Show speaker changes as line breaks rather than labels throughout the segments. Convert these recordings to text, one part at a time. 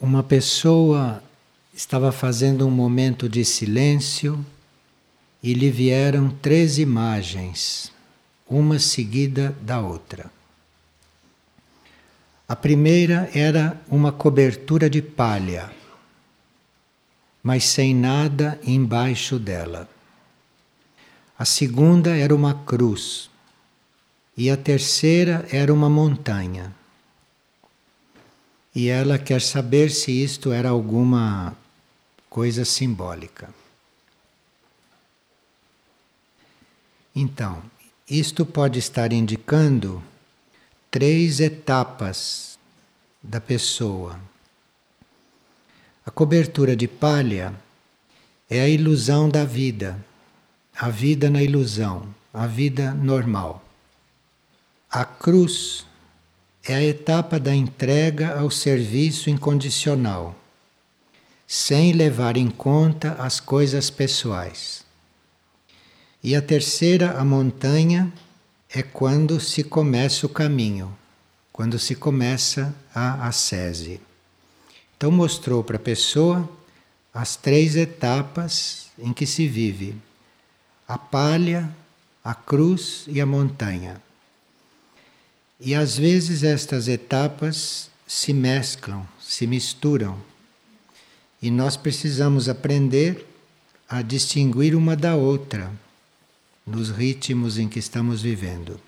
Uma pessoa estava fazendo um momento de silêncio e lhe vieram 3 imagens, uma seguida da outra. A primeira era uma cobertura de palha, mas sem nada embaixo dela. A segunda era uma cruz e a terceira era uma montanha. E ela quer saber se isto era alguma coisa simbólica. Então, isto pode estar indicando 3 etapas da pessoa. A cobertura de palha é a ilusão da vida, a vida na ilusão, a vida normal. A cruz é a etapa da entrega ao serviço incondicional, sem levar em conta as coisas pessoais. E a terceira, a montanha, é quando se começa o caminho, quando se começa a ascese. Então mostrou para a pessoa as 3 etapas em que se vive: a palha, a cruz e a montanha. E às vezes estas etapas se mesclam, se misturam. E nós precisamos aprender a distinguir uma da outra nos ritmos em que estamos vivendo.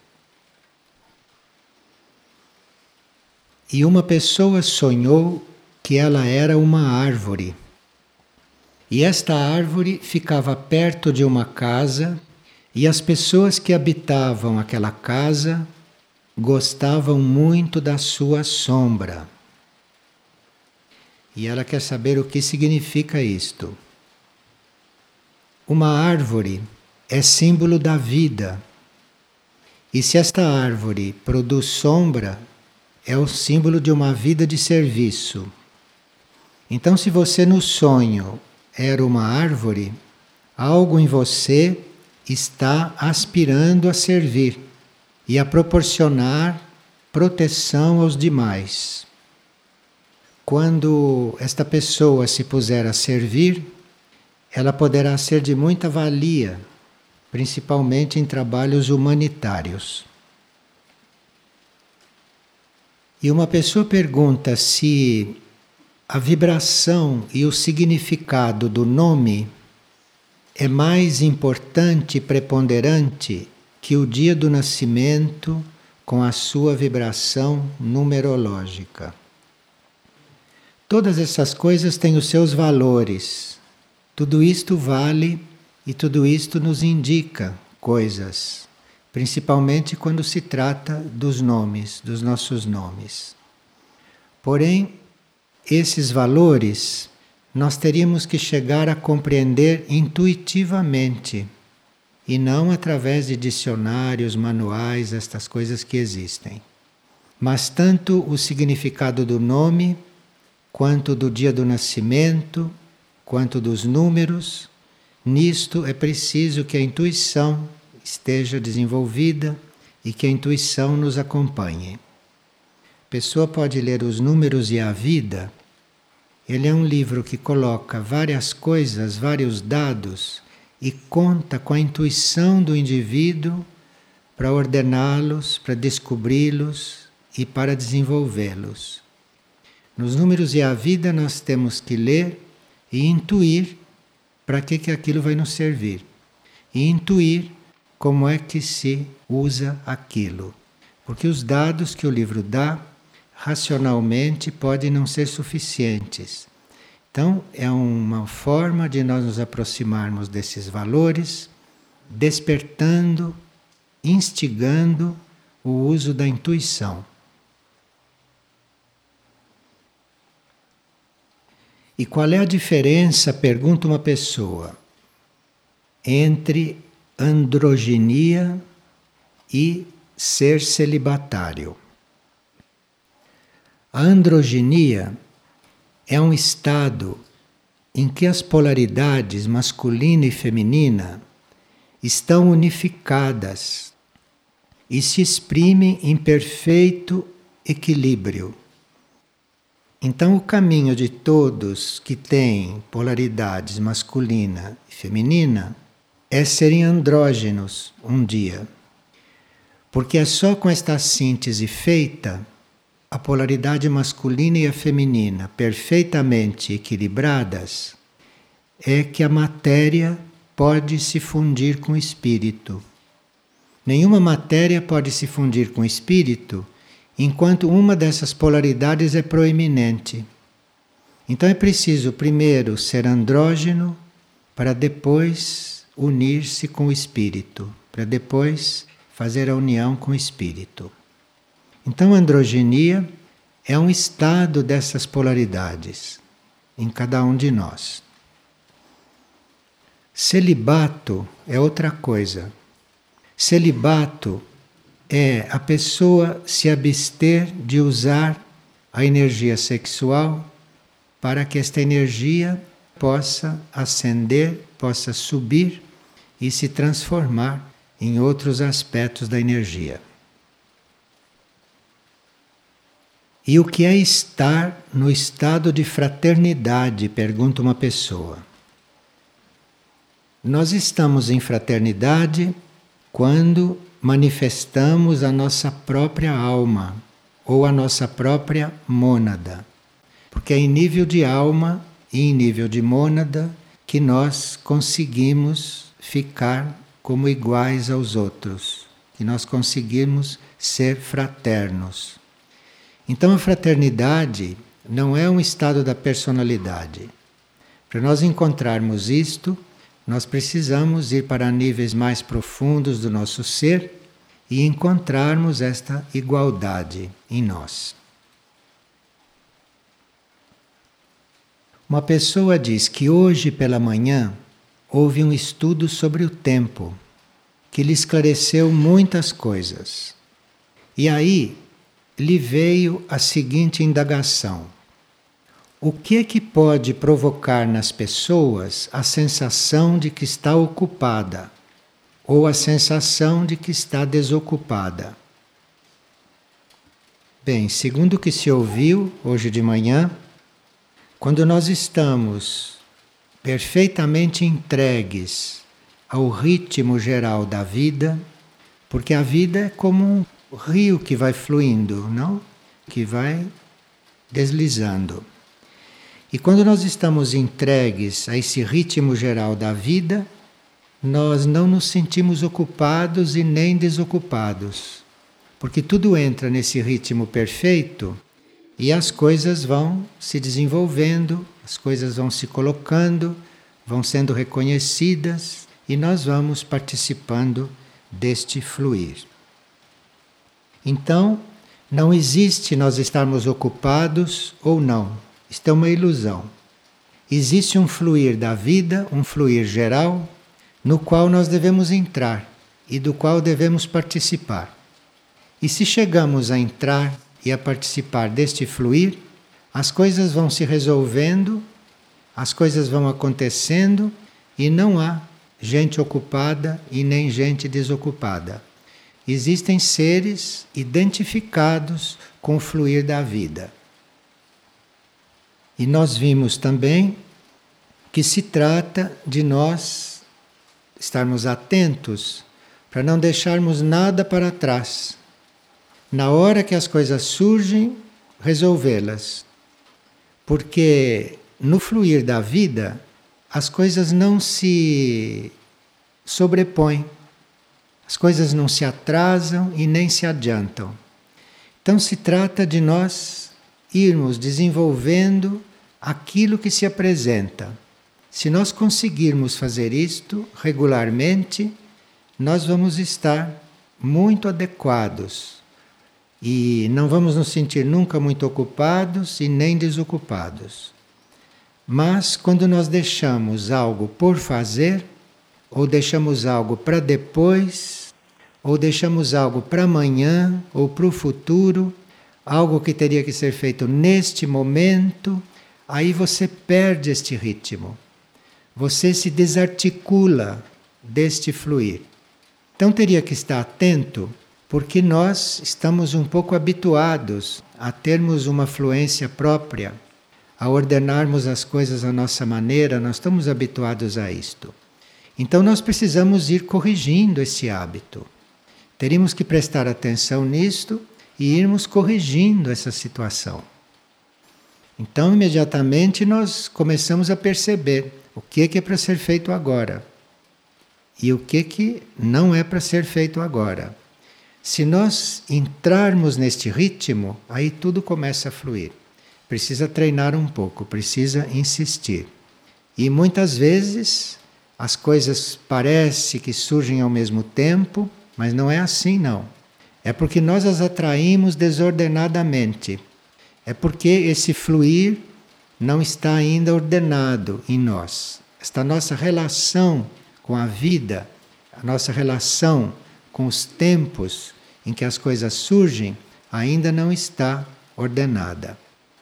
E uma pessoa sonhou que ela era uma árvore. E esta árvore ficava perto de uma casa, e as pessoas que habitavam aquela casa gostavam muito da sua sombra. E ela quer saber o que significa isto. Uma árvore é símbolo da vida. E se esta árvore produz sombra, é o símbolo de uma vida de serviço. Então, se você no sonho era uma árvore, algo em você está aspirando a servir e a proporcionar proteção aos demais. Quando esta pessoa se puser a servir, ela poderá ser de muita valia, principalmente em trabalhos humanitários. E uma pessoa pergunta se a vibração e o significado do nome é mais importante e preponderante que o dia do nascimento com a sua vibração numerológica. Todas essas coisas têm os seus valores. Tudo isto vale e tudo isto nos indica coisas, principalmente quando se trata dos nomes, dos nossos nomes. Porém, esses valores nós teríamos que chegar a compreender intuitivamente e não através de dicionários, manuais, estas coisas que existem. Mas tanto o significado do nome, quanto do dia do nascimento, quanto dos números, nisto é preciso que a intuição esteja desenvolvida e que a intuição nos acompanhe. A pessoa pode ler os números e a vida. Ele é um livro que coloca várias coisas, vários dados e conta com a intuição do indivíduo para ordená-los, para descobri-los e para desenvolvê-los. Nos números e a vida nós temos que ler e intuir para que aquilo vai nos servir. E intuir como é que se usa aquilo. Porque os dados que o livro dá, racionalmente, podem não ser suficientes. Então, é uma forma de nós nos aproximarmos desses valores, despertando, instigando o uso da intuição. E qual é a diferença, pergunta uma pessoa, entre androginia e ser celibatário? A androginia é um estado em que as polaridades masculina e feminina estão unificadas e se exprimem em perfeito equilíbrio. Então, o caminho de todos que têm polaridades masculina e feminina é serem andrógenos um dia. Porque é só com esta síntese feita, a polaridade masculina e a feminina perfeitamente equilibradas, é que a matéria pode se fundir com o espírito. Nenhuma matéria pode se fundir com o espírito enquanto uma dessas polaridades é proeminente. Então é preciso primeiro ser andrógeno para depois unir-se com o espírito, para depois fazer a união com o espírito. Então a androgenia é um estado dessas polaridades em cada um de nós. Celibato é outra coisa. Celibato é a pessoa se abster de usar a energia sexual para que esta energia possa ascender, possa subir e se transformar em outros aspectos da energia. E o que é estar no estado de fraternidade? Pergunta uma pessoa. Nós estamos em fraternidade quando manifestamos a nossa própria alma ou a nossa própria mônada. Porque é em nível de alma e em nível de mônada que nós conseguimos ficar como iguais aos outros, que nós conseguimos ser fraternos. Então a fraternidade não é um estado da personalidade. Para nós encontrarmos isto, nós precisamos ir para níveis mais profundos do nosso ser e encontrarmos esta igualdade em nós. Uma pessoa diz que hoje pela manhã houve um estudo sobre o tempo, que lhe esclareceu muitas coisas. E aí lhe veio a seguinte indagação: o que é que pode provocar nas pessoas a sensação de que está ocupada ou a sensação de que está desocupada? Bem, segundo o que se ouviu hoje de manhã, quando nós estamos perfeitamente entregues ao ritmo geral da vida, porque a vida é como um rio que vai fluindo, não? Que vai deslizando. E quando nós estamos entregues a esse ritmo geral da vida, nós não nos sentimos ocupados e nem desocupados. Porque tudo entra nesse ritmo perfeito e as coisas vão se desenvolvendo, as coisas vão se colocando, vão sendo reconhecidas e nós vamos participando deste fluir. Então, não existe nós estarmos ocupados ou não. Isto é uma ilusão. Existe um fluir da vida, um fluir geral, no qual nós devemos entrar e do qual devemos participar. E se chegamos a entrar e a participar deste fluir, as coisas vão se resolvendo, as coisas vão acontecendo e não há gente ocupada e nem gente desocupada. Existem seres identificados com o fluir da vida. E nós vimos também que se trata de nós estarmos atentos para não deixarmos nada para trás. Na hora que as coisas surgem, resolvê-las. Porque no fluir da vida, as coisas não se sobrepõem. As coisas não se atrasam e nem se adiantam. Então se trata de nós irmos desenvolvendo aquilo que se apresenta. Se nós conseguirmos fazer isto regularmente, nós vamos estar muito adequados e não vamos nos sentir nunca muito ocupados e nem desocupados. Mas quando nós deixamos algo por fazer, ou deixamos algo para depois, ou deixamos algo para amanhã ou para o futuro, algo que teria que ser feito neste momento, aí você perde este ritmo. Você se desarticula deste fluir. Então teria que estar atento, porque nós estamos um pouco habituados a termos uma fluência própria, a ordenarmos as coisas à nossa maneira, nós estamos habituados a isto. Então nós precisamos ir corrigindo esse hábito. Teríamos que prestar atenção nisto e irmos corrigindo essa situação. Então imediatamente nós começamos a perceber o que é para ser feito agora e o que não é para ser feito agora. Se nós entrarmos neste ritmo, aí tudo começa a fluir. Precisa treinar um pouco, precisa insistir. E muitas vezes as coisas parecem que surgem ao mesmo tempo, mas não é assim não. É porque nós as atraímos desordenadamente. É porque esse fluir não está ainda ordenado em nós. Esta nossa relação com a vida, a nossa relação com os tempos em que as coisas surgem, ainda não está ordenada.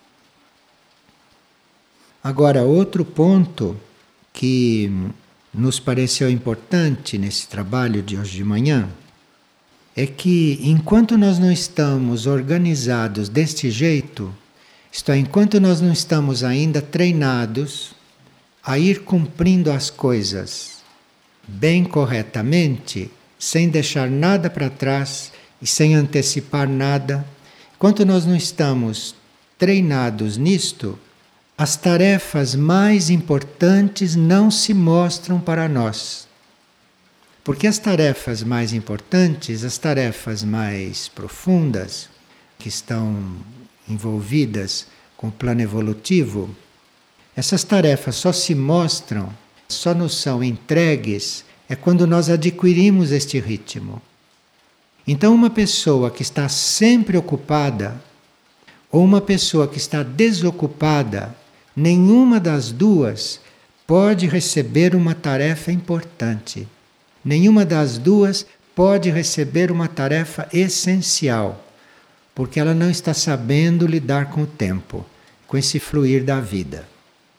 Agora, outro ponto que nos pareceu importante nesse trabalho de hoje de manhã é que enquanto nós não estamos organizados deste jeito, isto é, enquanto nós não estamos ainda treinados a ir cumprindo as coisas bem corretamente, sem deixar nada para trás e sem antecipar nada, enquanto nós não estamos treinados nisto, as tarefas mais importantes não se mostram para nós. Porque as tarefas mais importantes, as tarefas mais profundas, que estão envolvidas com o plano evolutivo, essas tarefas só se mostram, só nos são entregues, é quando nós adquirimos este ritmo. Então, uma pessoa que está sempre ocupada, ou uma pessoa que está desocupada, nenhuma das duas pode receber uma tarefa importante. Nenhuma das duas pode receber uma tarefa essencial, porque ela não está sabendo lidar com o tempo, com esse fluir da vida.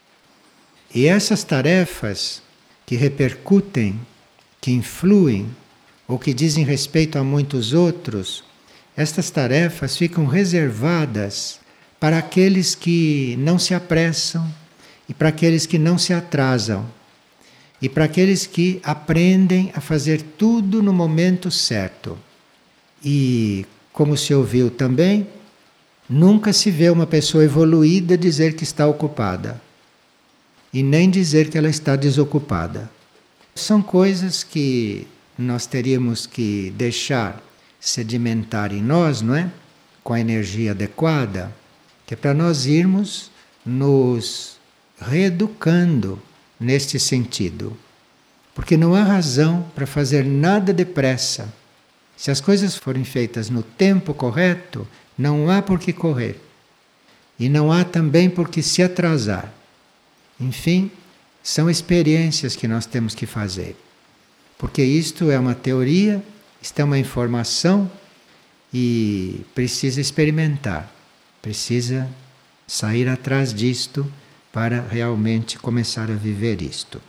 E essas tarefas que repercutem, que influem, ou que dizem respeito a muitos outros, estas tarefas ficam reservadas para aqueles que não se apressam e para aqueles que não se atrasam e para aqueles que aprendem a fazer tudo no momento certo. E, como se ouviu também, nunca se vê uma pessoa evoluída dizer que está ocupada e nem dizer que ela está desocupada. São coisas que nós teríamos que deixar sedimentar em nós, não é? Com a energia adequada, que é para nós irmos nos reeducando neste sentido. Porque não há razão para fazer nada depressa. Se as coisas forem feitas no tempo correto, não há por que correr. E não há também por que se atrasar. Enfim, são experiências que nós temos que fazer. Porque isto é uma teoria, isto é uma informação e precisa experimentar. Precisa sair atrás disto para realmente começar a viver isto.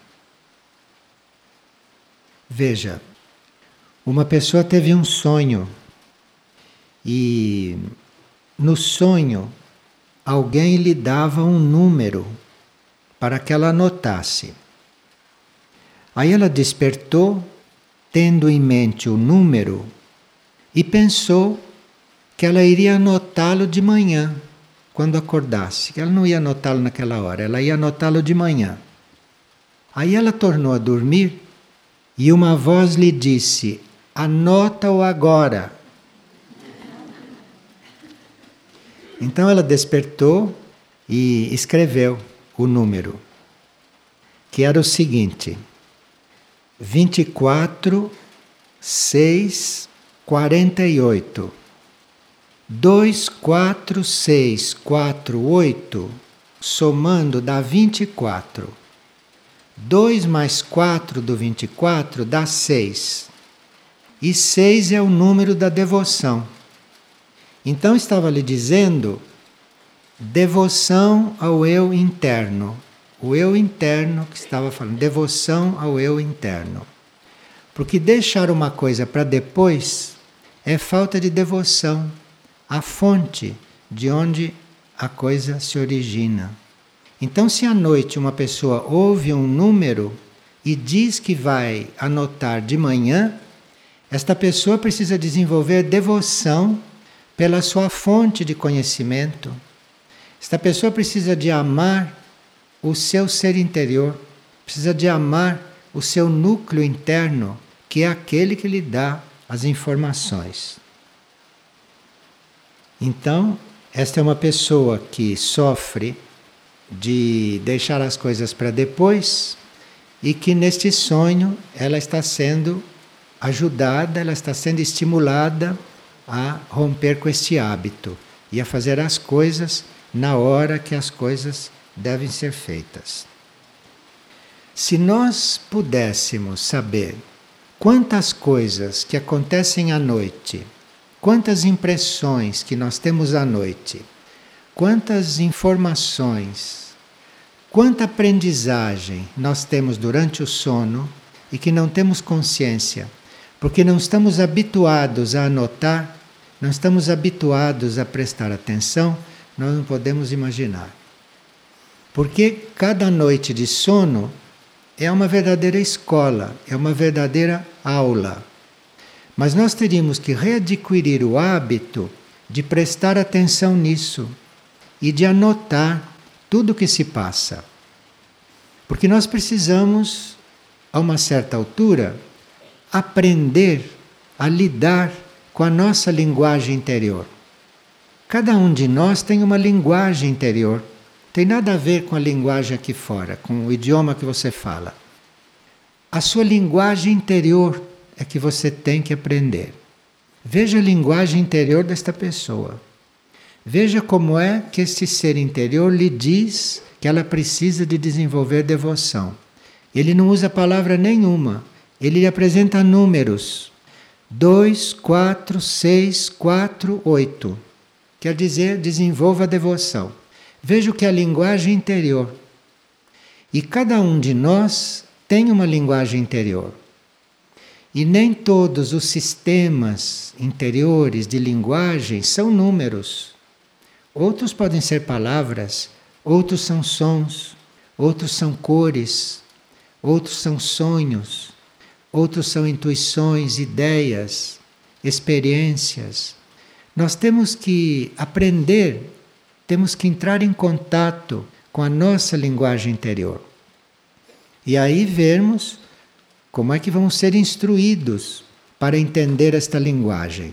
Veja, uma pessoa teve um sonho e no sonho alguém lhe dava um número para que ela anotasse. Aí ela despertou, tendo em mente o número, e pensou que ela iria anotá-lo de manhã, quando acordasse. Que ela não ia anotá-lo naquela hora, ela ia anotá-lo de manhã. Aí ela tornou a dormir e uma voz lhe disse: anota-o agora. Então ela despertou e escreveu o número, que era o seguinte: 24, 6, 48. 2, 4, 6, 4, 8, somando dá 24. 2 mais 4 do 24 dá 6. E 6 é o número da devoção. Então estava lhe dizendo devoção ao eu interno. O eu interno que estava falando, devoção ao eu interno. Porque deixar uma coisa para depois é falta de devoção à fonte de onde a coisa se origina. Então, se à noite uma pessoa ouve um número e diz que vai anotar de manhã, esta pessoa precisa desenvolver devoção pela sua fonte de conhecimento. Esta pessoa precisa de amar o seu ser interior, precisa de amar o seu núcleo interno, que é aquele que lhe dá as informações. Então, esta é uma pessoa que sofre de deixar as coisas para depois e que neste sonho ela está sendo ajudada, ela está sendo estimulada a romper com este hábito e a fazer as coisas na hora que as coisas devem ser feitas. Se nós pudéssemos saber quantas coisas que acontecem à noite, quantas impressões que nós temos à noite, quantas informações, quanta aprendizagem nós temos durante o sono e que não temos consciência, porque não estamos habituados a anotar, não estamos habituados a prestar atenção, nós não podemos imaginar. Porque cada noite de sono é uma verdadeira escola, é uma verdadeira aula. Mas nós teríamos que readquirir o hábito de prestar atenção nisso e de anotar tudo o que se passa. Porque nós precisamos, a uma certa altura, aprender a lidar com a nossa linguagem interior. Cada um de nós tem uma linguagem interior. Tem nada a ver com a linguagem aqui fora, com o idioma que você fala. A sua linguagem interior é que você tem que aprender. Veja a linguagem interior desta pessoa. Veja como é que este ser interior lhe diz que ela precisa de desenvolver devoção. Ele não usa palavra nenhuma. Ele lhe apresenta números. 2, 4, 6, 4, 8. Quer dizer, desenvolva a devoção. Veja o que é a linguagem interior. E cada um de nós tem uma linguagem interior. E nem todos os sistemas interiores de linguagem são números. Outros podem ser palavras, outros são sons, outros são cores, outros são sonhos, outros são intuições, ideias, experiências. Nós temos que aprender, temos que entrar em contato com a nossa linguagem interior. E aí vermos como é que vamos ser instruídos para entender esta linguagem.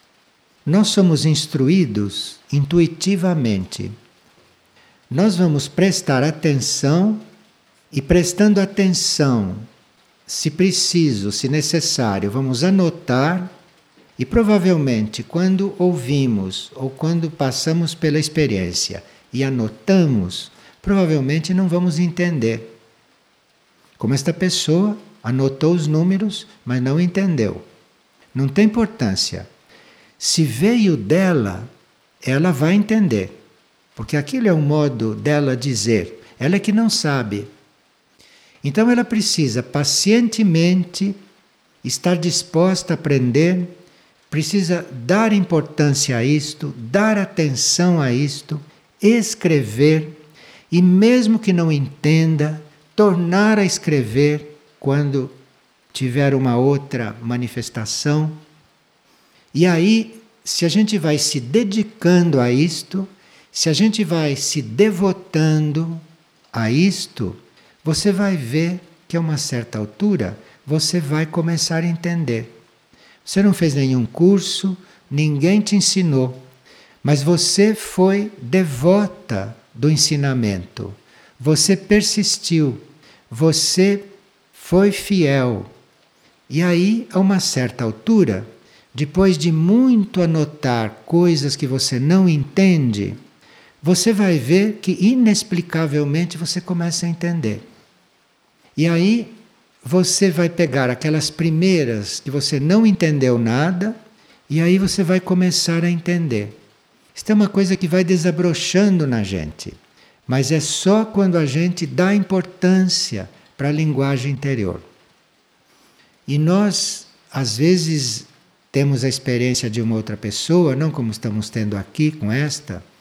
Nós somos instruídos intuitivamente. Nós vamos prestar atenção e, prestando atenção, se preciso, se necessário, vamos anotar e provavelmente quando ouvimos ou quando passamos pela experiência e anotamos, provavelmente não vamos entender. Como esta pessoa anotou os números, mas não entendeu. Não tem importância. Se veio dela, ela vai entender. Porque aquilo é um modo dela dizer. Ela é que não sabe. Então ela precisa pacientemente estar disposta a aprender, precisa dar importância a isto, dar atenção a isto, escrever e mesmo que não entenda, tornar a escrever quando tiver uma outra manifestação. E aí, se a gente vai se dedicando a isto, se a gente vai se devotando a isto, você vai ver que a uma certa altura você vai começar a entender. Você não fez nenhum curso, ninguém te ensinou, mas você foi devota do ensinamento. Você persistiu, você foi fiel. E aí, a uma certa altura, depois de muito anotar coisas que você não entende, você vai ver que inexplicavelmente você começa a entender. E aí você vai pegar aquelas primeiras que você não entendeu nada, e aí você vai começar a entender. Isso é uma coisa que vai desabrochando na gente, mas é só quando a gente dá importância para a linguagem interior. E nós, às vezes, temos a experiência de uma outra pessoa, não como estamos tendo aqui com esta,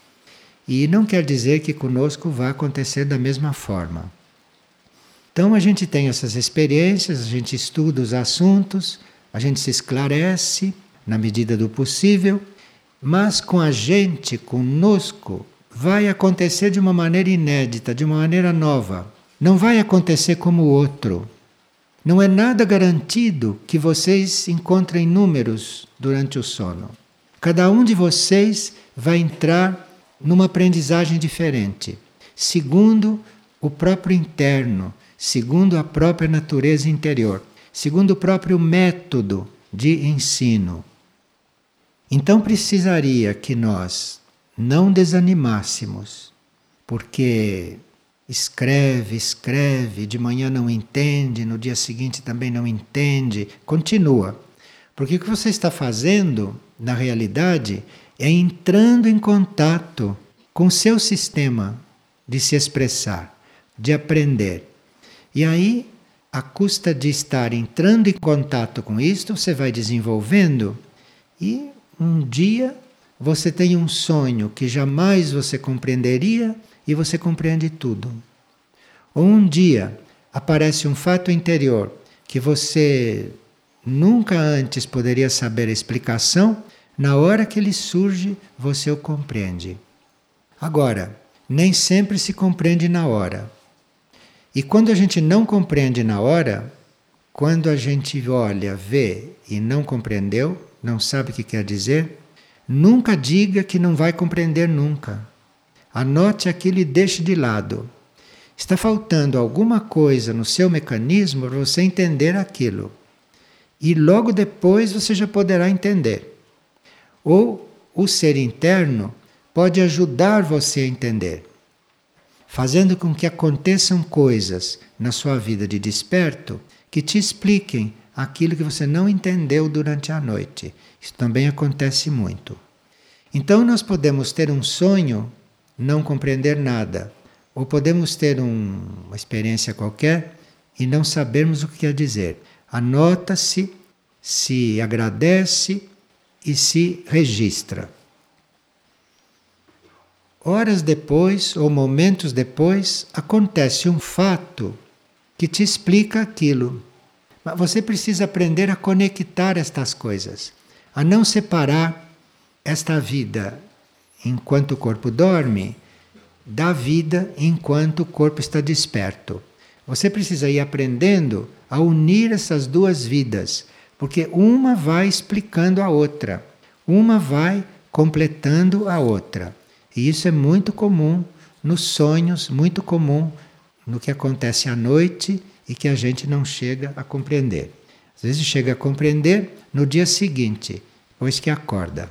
E não quer dizer que conosco vai acontecer da mesma forma. Então a gente tem essas experiências, a gente estuda os assuntos, a gente se esclarece na medida do possível, mas com a gente, conosco, vai acontecer de uma maneira inédita, de uma maneira nova. Não vai acontecer como o outro. Não é nada garantido que vocês encontrem números durante o sono. Cada um de vocês vai entrar numa aprendizagem diferente, segundo o próprio interno, segundo a própria natureza interior, segundo o próprio método de ensino. Então precisaria que nós não desanimássemos, porque escreve, de manhã não entende, no dia seguinte também não entende, continua. Porque o que você está fazendo, na realidade, é entrando em contato com o seu sistema de se expressar, de aprender. E aí, à custa de estar entrando em contato com isto, você vai desenvolvendo e um dia você tem um sonho que jamais você compreenderia e você compreende tudo. Ou um dia aparece um fato interior que você nunca antes poderia saber a explicação, na hora que ele surge, você o compreende. Agora, nem sempre se compreende na hora. E quando a gente não compreende na hora, quando a gente olha, vê e não compreendeu, não sabe o que quer dizer, nunca diga que não vai compreender nunca. Anote aquilo e deixe de lado. Está faltando alguma coisa no seu mecanismo para você entender aquilo. E logo depois você já poderá entender. Ou o ser interno pode ajudar você a entender, fazendo com que aconteçam coisas na sua vida de desperto que te expliquem aquilo que você não entendeu durante a noite. Isso também acontece muito. Então nós podemos ter um sonho, não compreender nada, ou podemos ter uma experiência qualquer e não sabermos o que quer dizer. Anota-se, se agradece e se registra. Horas depois ou momentos depois acontece um fato que te explica aquilo. Mas você precisa aprender a conectar estas coisas, a não separar esta vida enquanto o corpo dorme da vida enquanto o corpo está desperto. Você precisa ir aprendendo a unir essas duas vidas, porque uma vai explicando a outra, uma vai completando a outra. E isso é muito comum nos sonhos, muito comum no que acontece à noite e que a gente não chega a compreender. Às vezes chega a compreender no dia seguinte, depois que acorda.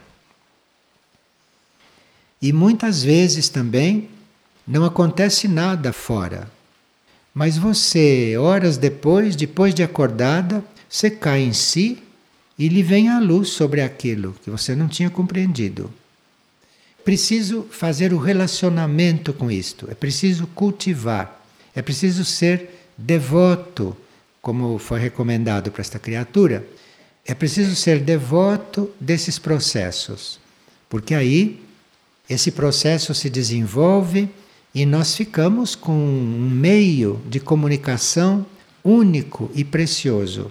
E muitas vezes também não acontece nada fora. Mas você, horas depois de acordada, você cai em si e lhe vem a luz sobre aquilo que você não tinha compreendido. Preciso fazer o relacionamento com isto, é preciso cultivar, é preciso ser devoto, como foi recomendado para esta criatura. É preciso ser devoto desses processos, porque aí esse processo se desenvolve e nós ficamos com um meio de comunicação único e precioso.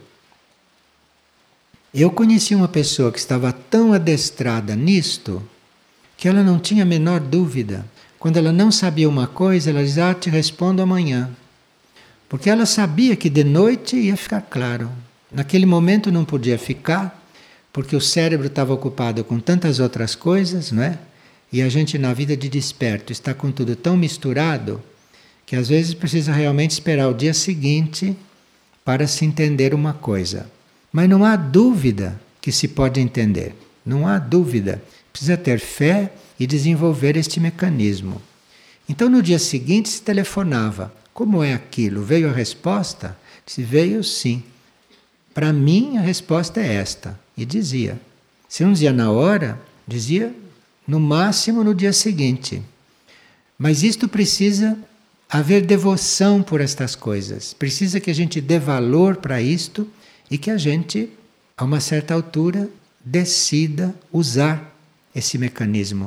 Eu conheci uma pessoa que estava tão adestrada nisto que ela não tinha a menor dúvida. Quando ela não sabia uma coisa, ela dizia, te respondo amanhã. Porque ela sabia que de noite ia ficar claro. Naquele momento não podia ficar, porque o cérebro estava ocupado com tantas outras coisas, não é? E a gente na vida de desperto está com tudo tão misturado que às vezes precisa realmente esperar o dia seguinte para se entender uma coisa. Mas não há dúvida que se pode entender. Não há dúvida. Precisa ter fé e desenvolver este mecanismo. Então no dia seguinte se telefonava. Como é aquilo? Veio a resposta? Se veio, sim. Para mim a resposta é esta. E dizia. Se não dizia na hora, dizia no máximo no dia seguinte. Mas isto precisa haver devoção por estas coisas. Precisa que a gente dê valor para isto e que a gente, a uma certa altura, decida usar esse mecanismo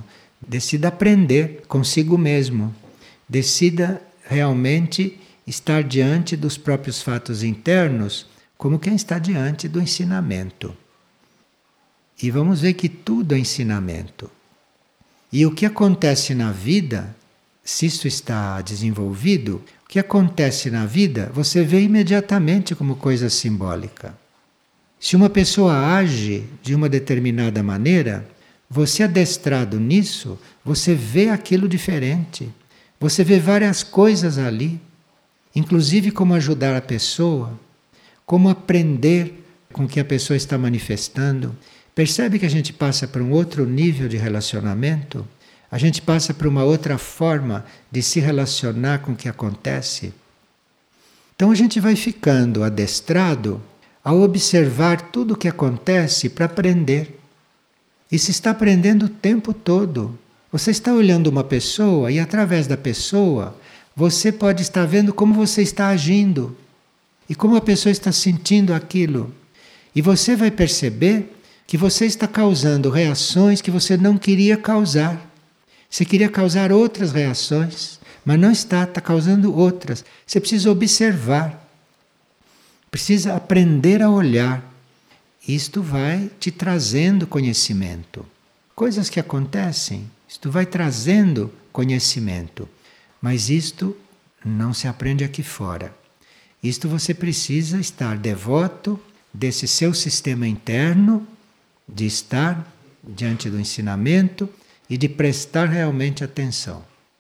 Decida aprender consigo mesmo. Decida realmente estar diante dos próprios fatos internos, como quem está diante do ensinamento. E vamos ver que tudo é ensinamento. E o que acontece na vida, se isso está desenvolvido, o que acontece na vida, você vê imediatamente como coisa simbólica. Se uma pessoa age de uma determinada maneira, você adestrado nisso, você vê aquilo diferente. Você vê várias coisas ali, inclusive como ajudar a pessoa, como aprender com o que a pessoa está manifestando. Percebe que a gente passa para um outro nível de relacionamento? A gente passa para uma outra forma de se relacionar com o que acontece? Então a gente vai ficando adestrado ao observar tudo o que acontece para aprender. E se está aprendendo o tempo todo. Você está olhando uma pessoa e através da pessoa você pode estar vendo como você está agindo e como a pessoa está sentindo aquilo. E você vai perceber que você está causando reações que você não queria causar. Você queria causar outras reações, mas não está causando outras. Você precisa observar, precisa aprender a olhar. Isto vai te trazendo conhecimento. Coisas que acontecem, isto vai trazendo conhecimento. Mas isto não se aprende aqui fora. Isto você precisa estar devoto desse seu sistema interno, de estar diante do ensinamento e de prestar realmente atenção.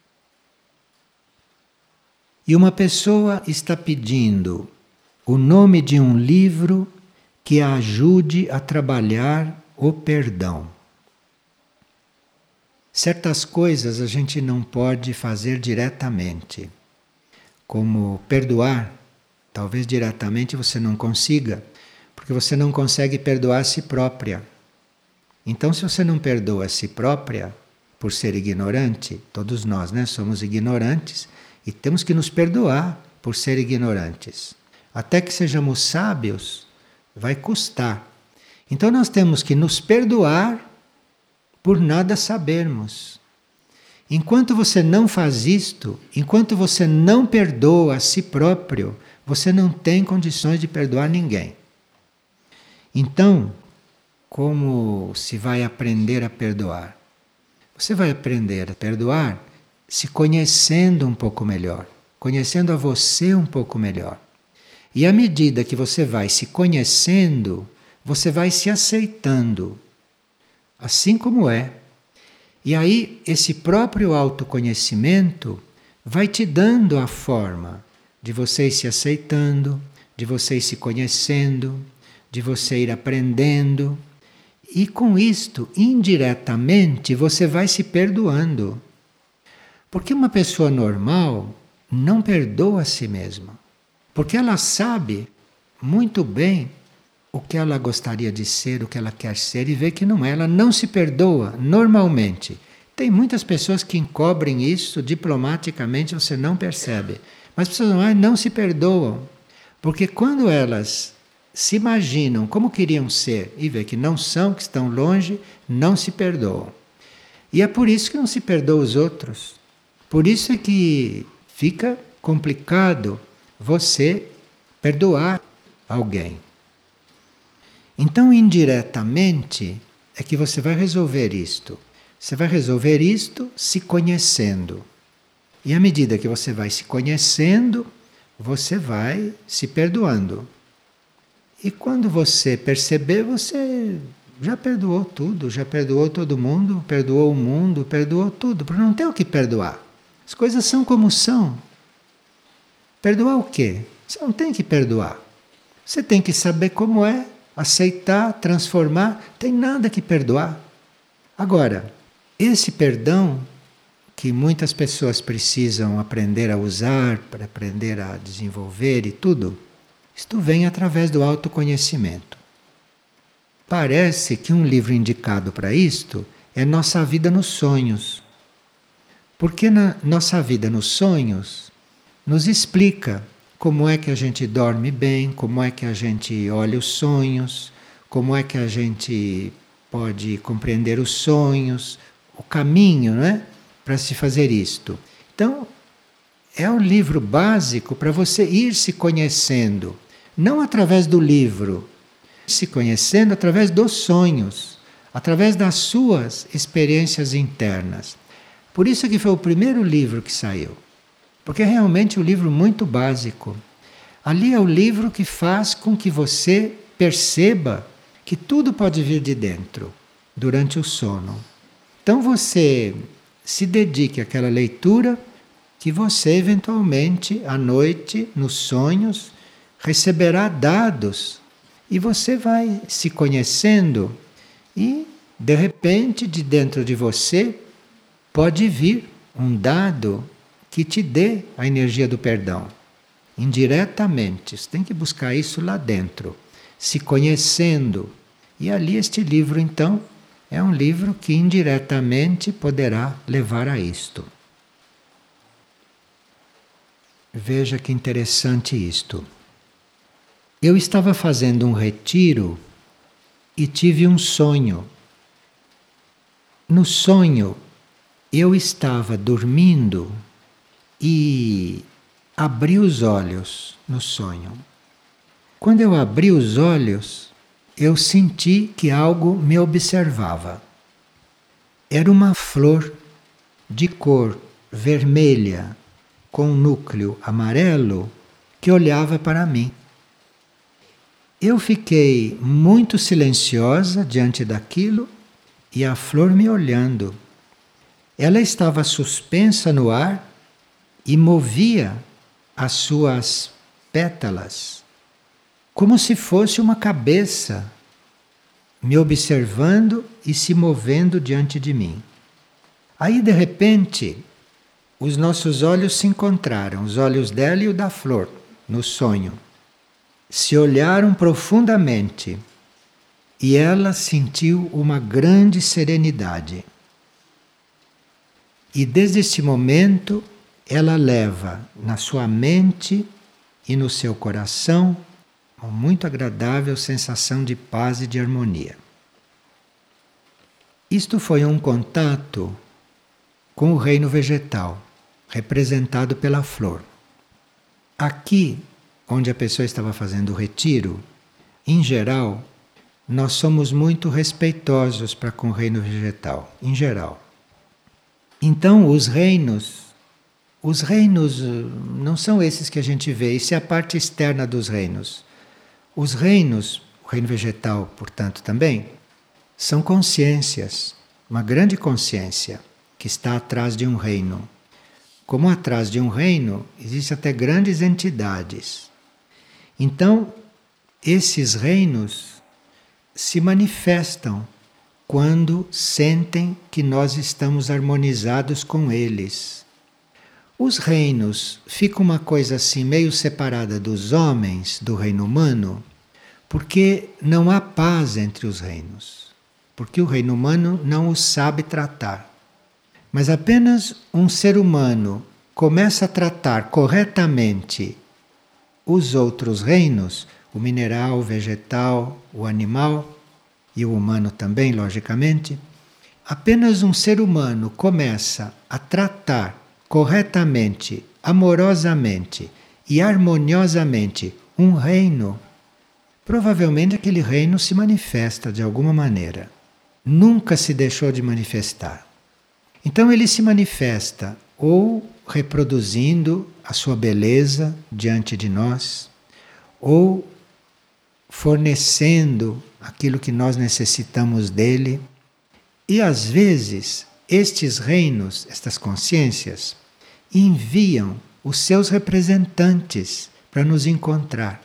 E uma pessoa está pedindo o nome de um livro que a ajude a trabalhar o perdão. Certas coisas a gente não pode fazer diretamente, como perdoar. Talvez diretamente você não consiga, porque você não consegue perdoar a si própria. Então, se você não perdoa a si própria, por ser ignorante, todos nós, somos ignorantes e temos que nos perdoar por ser ignorantes. Até que sejamos sábios, vai custar. Então nós temos que nos perdoar por nada sabermos. Enquanto você não faz isto, enquanto você não perdoa a si próprio, você não tem condições de perdoar ninguém. Então, como se vai aprender a perdoar? Você vai aprender a perdoar se conhecendo um pouco melhor, conhecendo a você um pouco melhor. E à medida que você vai se conhecendo, você vai se aceitando, assim como é. E aí, esse próprio autoconhecimento vai te dando a forma de você ir se aceitando, de você ir se conhecendo, de você ir aprendendo. E com isto, indiretamente, você vai se perdoando. Porque uma pessoa normal não perdoa a si mesma. Porque ela sabe muito bem o que ela gostaria de ser, o que ela quer ser, e vê que não é. Ela não se perdoa normalmente. Tem muitas pessoas que encobrem isso diplomaticamente, você não percebe. Mas as pessoas não se perdoam. Porque quando elas se imaginam como queriam ser e vê que não são, que estão longe, não se perdoam. E é por isso que não se perdoa os outros. Por isso é que fica complicado você perdoar alguém. Então, indiretamente, é que você vai resolver isto. Você vai resolver isto se conhecendo. E à medida que você vai se conhecendo, você vai se perdoando. E quando você perceber, você já perdoou tudo, já perdoou todo mundo, perdoou o mundo, perdoou tudo, porque não tem o que perdoar. As coisas são como são. Perdoar o quê? Você não tem que perdoar. Você tem que saber como é, aceitar, transformar, tem nada que perdoar. Agora, esse perdão que muitas pessoas precisam aprender a usar, para aprender a desenvolver e tudo, isto vem através do autoconhecimento. Parece que um livro indicado para isto é Nossa Vida nos Sonhos. Porque na Nossa Vida nos Sonhos nos explica como é que a gente dorme bem, como é que a gente olha os sonhos, como é que a gente pode compreender os sonhos, o caminho, não é? Para se fazer isto. Então, é um livro básico para você ir se conhecendo, não através do livro, se conhecendo através dos sonhos, através das suas experiências internas. Por isso que foi o primeiro livro que saiu, porque é realmente um livro muito básico. Ali é o livro que faz com que você perceba que tudo pode vir de dentro durante o sono. Então você se dedique àquela leitura que você eventualmente à noite, nos sonhos, receberá dados e você vai se conhecendo e de repente de dentro de você pode vir um dado que te dê a energia do perdão. Indiretamente, você tem que buscar isso lá dentro, se conhecendo. E ali este livro então é um livro que indiretamente poderá levar a isto. Veja que interessante isto. Eu estava fazendo um retiro e tive um sonho. No sonho, eu estava dormindo e abri os olhos no sonho. Quando eu abri os olhos, eu senti que algo me observava. Era uma flor de cor vermelha, com um núcleo amarelo, que olhava para mim. Eu fiquei muito silenciosa diante daquilo e a flor me olhando. Ela estava suspensa no ar e movia as suas pétalas como se fosse uma cabeça me observando e se movendo diante de mim. Aí, de repente, os nossos olhos se encontraram, os olhos dela e o da flor, no sonho. Se olharam profundamente e ela sentiu uma grande serenidade. E desde esse momento, ela leva na sua mente e no seu coração uma muito agradável sensação de paz e de harmonia. Isto foi um contato com o reino vegetal, representado pela flor. Aqui, onde a pessoa estava fazendo o retiro, em geral, nós somos muito respeitosos para com o reino vegetal, em geral. Então, os reinos não são esses que a gente vê, isso é a parte externa dos reinos. Os reinos, o reino vegetal, portanto, também, são consciências, uma grande consciência que está atrás de um reino. Como atrás de um reino, existem até grandes entidades. Então, esses reinos se manifestam quando sentem que nós estamos harmonizados com eles. Os reinos ficam uma coisa assim meio separada dos homens, do reino humano, porque não há paz entre os reinos. Porque o reino humano não os sabe tratar. Mas apenas um ser humano começa a tratar corretamente os outros reinos, o mineral, o vegetal, o animal e o humano também, logicamente. Apenas um ser humano começa a tratar corretamente, amorosamente e harmoniosamente um reino, provavelmente aquele reino se manifesta de alguma maneira. Nunca se deixou de manifestar. Então ele se manifesta ou reproduzindo a sua beleza diante de nós, ou fornecendo aquilo que nós necessitamos dele. E às vezes, estes reinos, estas consciências, enviam os seus representantes para nos encontrar.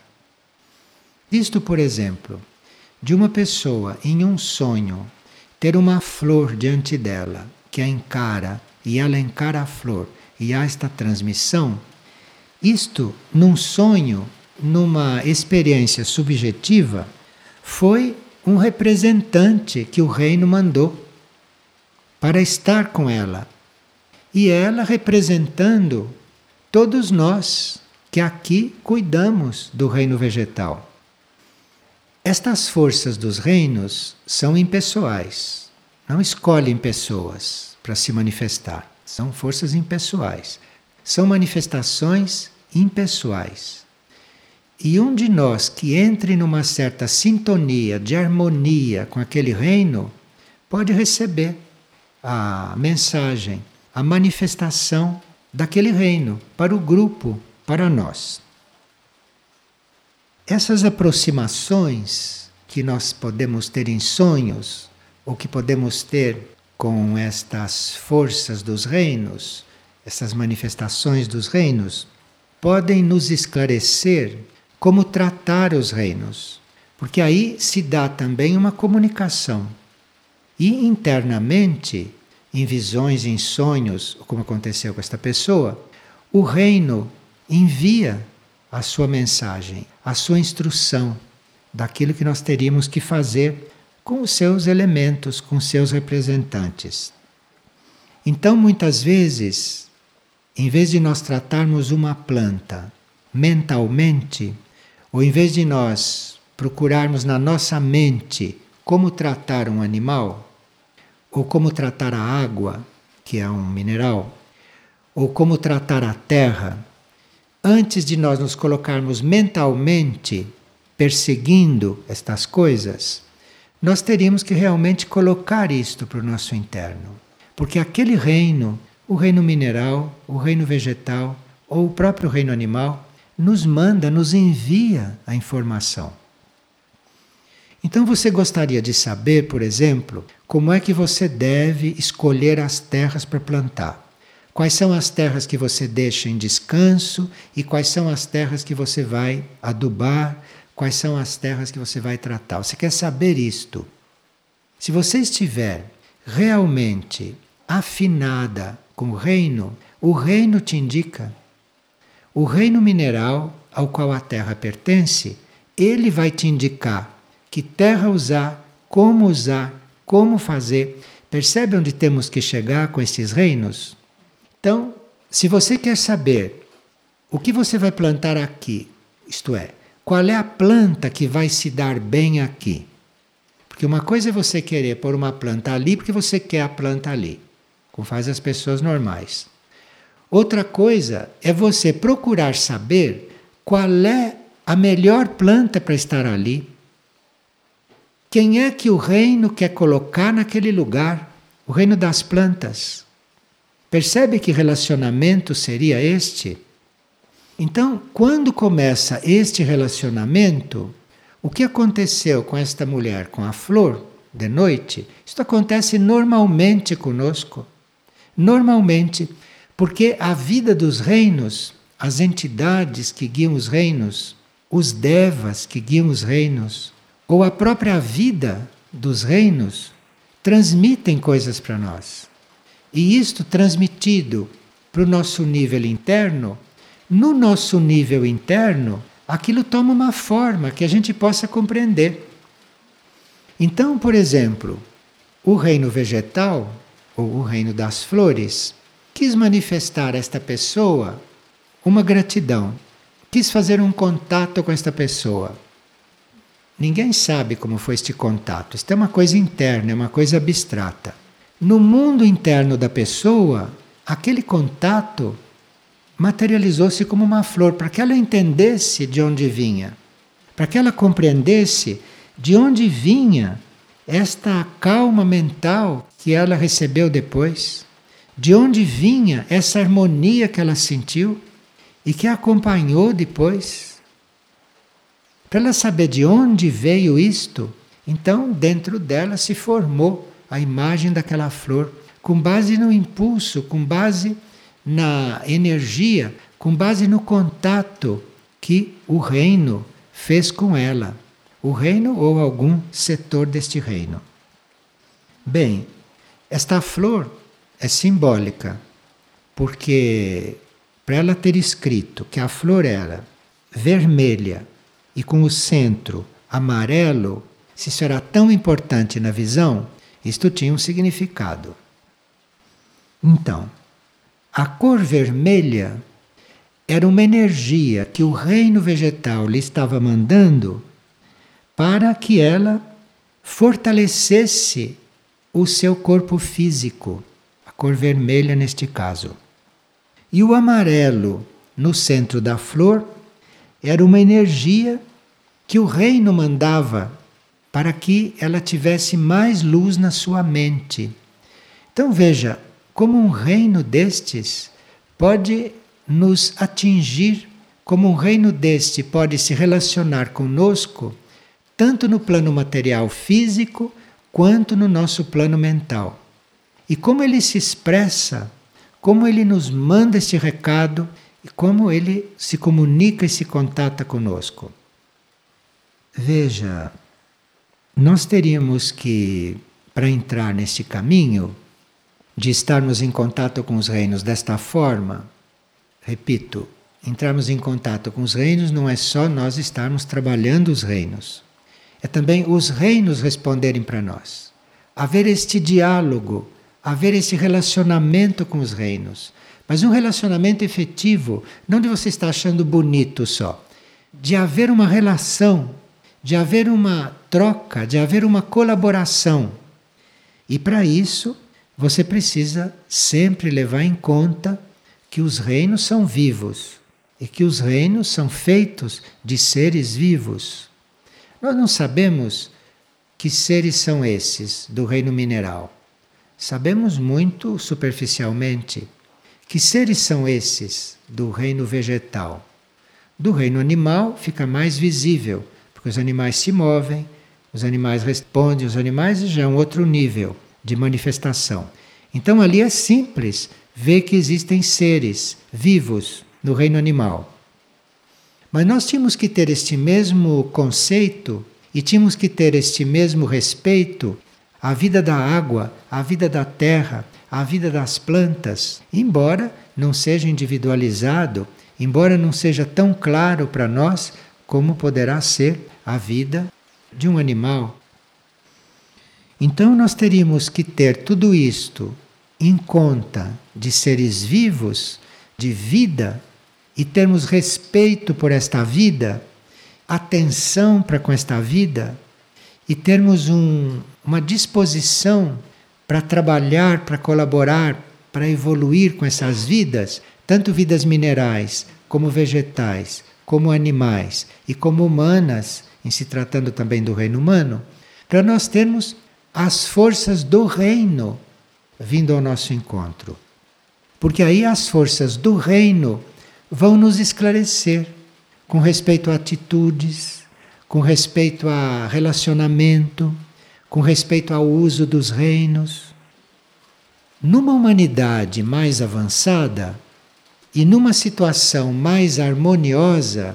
Isto, por exemplo, de uma pessoa em um sonho ter uma flor diante dela, que a encara, e ela encara a flor, e há esta transmissão, isto, num sonho, numa experiência subjetiva, foi um representante que o reino mandou para estar com ela. E ela representando todos nós que aqui cuidamos do reino vegetal. Estas forças dos reinos são impessoais, não escolhem pessoas para se manifestar. São forças impessoais. São manifestações impessoais. E um de nós que entre numa certa sintonia, de harmonia com aquele reino, pode receber a mensagem, a manifestação daquele reino para o grupo, para nós. Essas aproximações que nós podemos ter em sonhos, ou que podemos ter com estas forças dos reinos, essas manifestações dos reinos, podem nos esclarecer como tratar os reinos, porque aí se dá também uma comunicação. E internamente, em visões, em sonhos, como aconteceu com esta pessoa, o reino envia a sua mensagem, a sua instrução daquilo que nós teríamos que fazer com os seus elementos, com os seus representantes. Então, muitas vezes, em vez de nós tratarmos uma planta mentalmente, ou em vez de nós procurarmos na nossa mente como tratar um animal, ou como tratar a água, que é um mineral, ou como tratar a terra, antes de nós nos colocarmos mentalmente perseguindo estas coisas, nós teríamos que realmente colocar isto para o nosso interno. Porque aquele reino, o reino mineral, o reino vegetal, ou o próprio reino animal, nos manda, nos envia a informação. Então você gostaria de saber, por exemplo, como é que você deve escolher as terras para plantar. Quais são as terras que você deixa em descanso e quais são as terras que você vai adubar, quais são as terras que você vai tratar. Você quer saber isto? Se você estiver realmente afinada com o reino te indica. O reino mineral ao qual a terra pertence, ele vai te indicar que terra usar, como fazer. Percebe onde temos que chegar com esses reinos? Então, se você quer saber o que você vai plantar aqui, isto é, qual é a planta que vai se dar bem aqui? Porque uma coisa é você querer pôr uma planta ali porque você quer a planta ali, como faz as pessoas normais. Outra coisa é você procurar saber qual é a melhor planta para estar ali. Quem é que o reino quer colocar naquele lugar? O reino das plantas. Percebe que relacionamento seria este? Então, quando começa este relacionamento, o que aconteceu com esta mulher, com a flor, de noite, isto acontece normalmente conosco. Normalmente, porque a vida dos reinos, as entidades que guiam os reinos, os devas que guiam os reinos, ou a própria vida dos reinos, transmitem coisas para nós. E isto transmitido para o nosso nível interno, no nosso nível interno, aquilo toma uma forma que a gente possa compreender. Então, por exemplo, o reino vegetal, ou o reino das flores, quis manifestar a esta pessoa uma gratidão, quis fazer um contato com esta pessoa. Ninguém sabe como foi este contato. Isto é uma coisa interna, é uma coisa abstrata. No mundo interno da pessoa, aquele contato materializou-se como uma flor, para que ela entendesse de onde vinha, para que ela compreendesse de onde vinha esta calma mental que ela recebeu depois, de onde vinha essa harmonia que ela sentiu e que a acompanhou depois. Para ela saber de onde veio isto, então dentro dela se formou a imagem daquela flor, com base no impulso, com base na energia, com base no contato que o reino fez com ela. O reino ou algum setor deste reino. Bem, esta flor é simbólica, porque para ela ter escrito que a flor era vermelha e com o centro amarelo, se isso era tão importante na visão, isto tinha um significado. Então, a cor vermelha era uma energia que o reino vegetal lhe estava mandando para que ela fortalecesse o seu corpo físico, a cor vermelha neste caso. E o amarelo no centro da flor era uma energia que o reino mandava para que ela tivesse mais luz na sua mente. Então veja, como um reino destes pode nos atingir, como um reino deste pode se relacionar conosco, tanto no plano material físico, quanto no nosso plano mental. E como ele se expressa, como ele nos manda este recado e como ele se comunica e se contata conosco. Veja, nós teríamos que, para entrar neste caminho, de estarmos em contato com os reinos desta forma, repito, entrarmos em contato com os reinos não é só nós estarmos trabalhando os reinos, é também os reinos responderem para nós. Haver este diálogo, haver esse relacionamento com os reinos, mas um relacionamento efetivo, não de você estar achando bonito só, de haver uma relação, de haver uma troca, de haver uma colaboração. E para isso, você precisa sempre levar em conta que os reinos são vivos e que os reinos são feitos de seres vivos. Nós não sabemos que seres são esses do reino mineral. Sabemos muito superficialmente. Que seres são esses do reino vegetal? Do reino animal fica mais visível, porque os animais se movem, os animais respondem, os animais já é um outro nível de manifestação. Então ali é simples ver que existem seres vivos no reino animal. Mas nós tínhamos que ter este mesmo conceito e tínhamos que ter este mesmo respeito à vida da água, à vida da terra, à vida das plantas, embora não seja individualizado, embora não seja tão claro para nós como poderá ser a vida de um animal. Então nós teríamos que ter tudo isto em conta de seres vivos, de vida, e termos respeito por esta vida, atenção para com esta vida, e termos uma disposição para trabalhar, para colaborar, para evoluir com essas vidas, tanto vidas minerais, como vegetais, como animais e como humanas, em se tratando também do reino humano, para nós termos as forças do reino vindo ao nosso encontro. Porque aí as forças do reino vão nos esclarecer com respeito a atitudes, com respeito a relacionamento, com respeito ao uso dos reinos. Numa humanidade mais avançada e numa situação mais harmoniosa,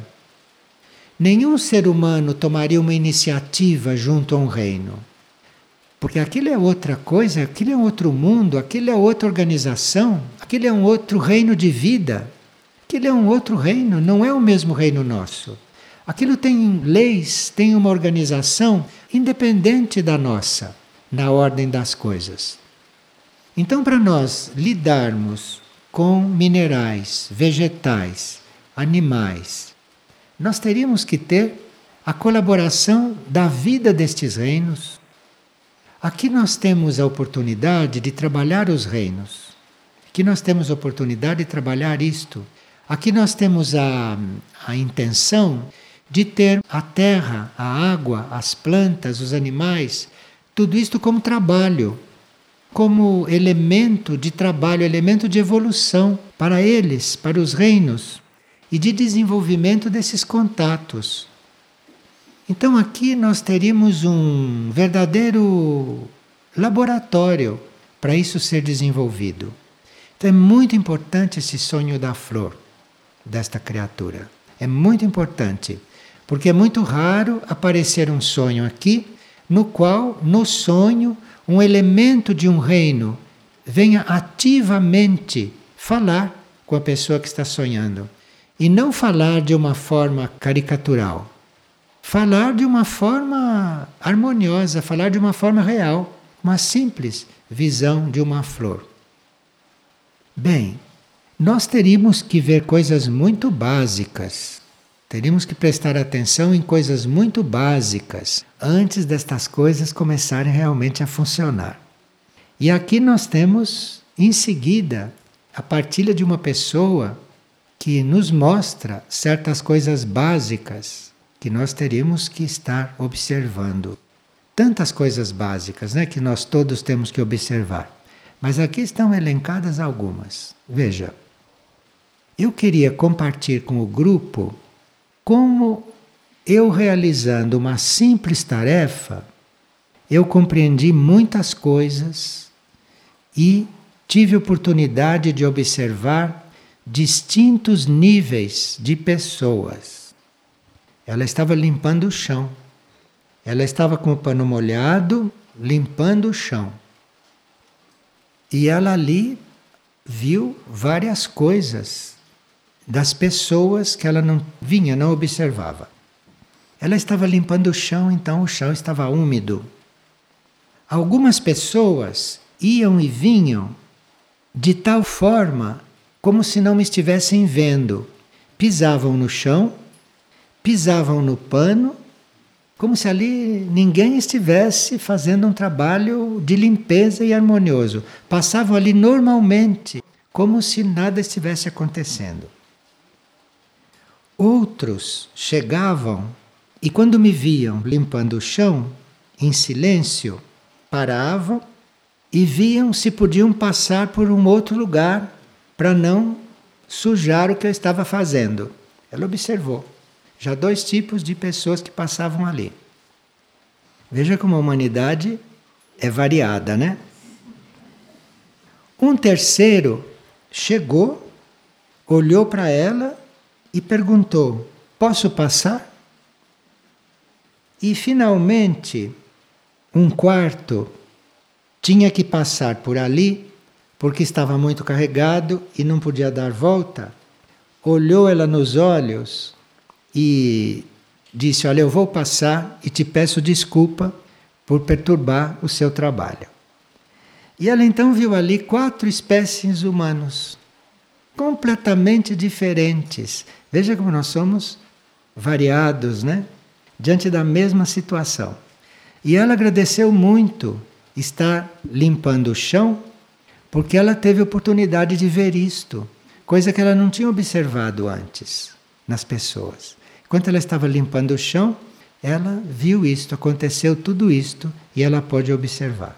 nenhum ser humano tomaria uma iniciativa junto a um reino. Porque aquilo é outra coisa, aquilo é um outro mundo, aquilo é outra organização, aquilo é um outro reino de vida. Aquilo é um outro reino, não é o mesmo reino nosso. Aquilo tem leis, tem uma organização independente da nossa, na ordem das coisas. Então, para nós lidarmos com minerais, vegetais, animais, nós teríamos que ter a colaboração da vida destes reinos. Aqui nós temos a oportunidade de trabalhar os reinos. Aqui nós temos a oportunidade de trabalhar isto. Aqui nós temos a intenção de ter a terra, a água, as plantas, os animais, tudo isto como trabalho, como elemento de trabalho, elemento de evolução para eles, para os reinos e de desenvolvimento desses contatos. Então aqui nós teríamos um verdadeiro laboratório para isso ser desenvolvido. Então é muito importante esse sonho da flor, desta criatura. É muito importante, porque é muito raro aparecer um sonho aqui, no qual, no sonho, um elemento de um reino venha ativamente falar com a pessoa que está sonhando. E não falar de uma forma caricatural. Falar de uma forma harmoniosa, falar de uma forma real, uma simples visão de uma flor. Bem, nós teríamos que ver coisas muito básicas. Teríamos que prestar atenção em coisas muito básicas antes destas coisas começarem realmente a funcionar. E aqui nós temos, em seguida, a partilha de uma pessoa que nos mostra certas coisas básicas que nós teríamos que estar observando. Tantas coisas básicas, né, que nós todos temos que observar. Mas aqui estão elencadas algumas. Veja, eu queria compartilhar com o grupo como eu, realizando uma simples tarefa, eu compreendi muitas coisas e tive oportunidade de observar distintos níveis de pessoas. Ela estava limpando o chão. Ela estava com o pano molhado, limpando o chão. E ela ali viu várias coisas das pessoas que ela não vinha, não observava. Ela estava limpando o chão, então o chão estava úmido. Algumas pessoas iam e vinham de tal forma como se não me estivessem vendo. Pisavam no chão, pisavam no pano, como se ali ninguém estivesse fazendo um trabalho de limpeza e harmonioso. Passavam ali normalmente, como se nada estivesse acontecendo. Outros chegavam e, quando me viam limpando o chão, em silêncio, paravam e viam se podiam passar por um outro lugar para não sujar o que eu estava fazendo. Ela observou. Já 2 tipos de pessoas que passavam ali. Veja como a humanidade é variada, né? Um terceiro chegou, olhou para ela e perguntou: posso passar? E finalmente, um quarto tinha que passar por ali, porque estava muito carregado e não podia dar volta. Olhou ela nos olhos e disse: olha, eu vou passar e te peço desculpa por perturbar o seu trabalho. E ela então viu ali 4 espécies humanos, completamente diferentes. Veja como nós somos variados, né? Diante da mesma situação. E ela agradeceu muito estar limpando o chão, porque ela teve oportunidade de ver isto, coisa que ela não tinha observado antes nas pessoas. Enquanto ela estava limpando o chão, ela viu isto, aconteceu tudo isto, e ela pôde observar.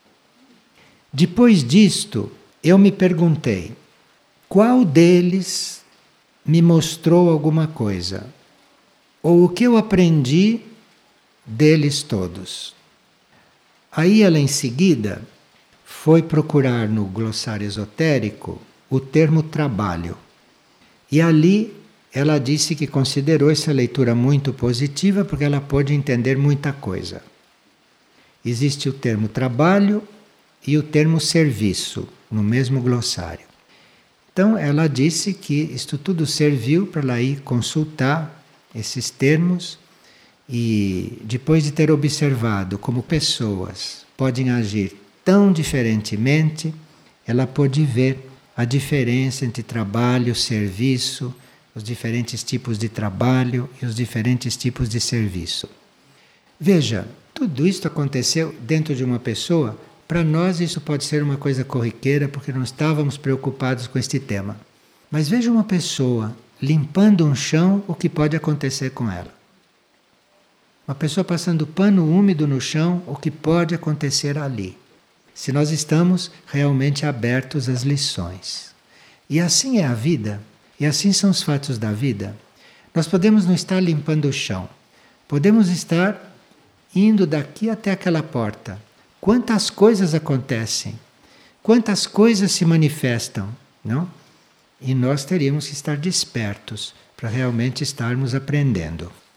Depois disto, eu me perguntei, qual deles me mostrou alguma coisa? Ou o que eu aprendi deles todos? Aí ela em seguida foi procurar no glossário esotérico o termo trabalho. E ali ela disse que considerou essa leitura muito positiva porque ela pôde entender muita coisa. Existe o termo trabalho e o termo serviço no mesmo glossário. Então ela disse que isto tudo serviu para ela ir consultar esses termos e, depois de ter observado como pessoas podem agir tão diferentemente, ela pôde ver a diferença entre trabalho, serviço, os diferentes tipos de trabalho e os diferentes tipos de serviço. Veja, tudo isso aconteceu dentro de uma pessoa. Para nós isso pode ser uma coisa corriqueira porque não estávamos preocupados com este tema. Mas veja uma pessoa limpando um chão, o que pode acontecer com ela. Uma pessoa passando pano úmido no chão, o que pode acontecer ali. Se nós estamos realmente abertos às lições. E assim é a vida, e assim são os fatos da vida. Nós podemos não estar limpando o chão, podemos estar indo daqui até aquela porta. Quantas coisas acontecem, quantas coisas se manifestam, não? E nós teríamos que estar despertos para realmente estarmos aprendendo.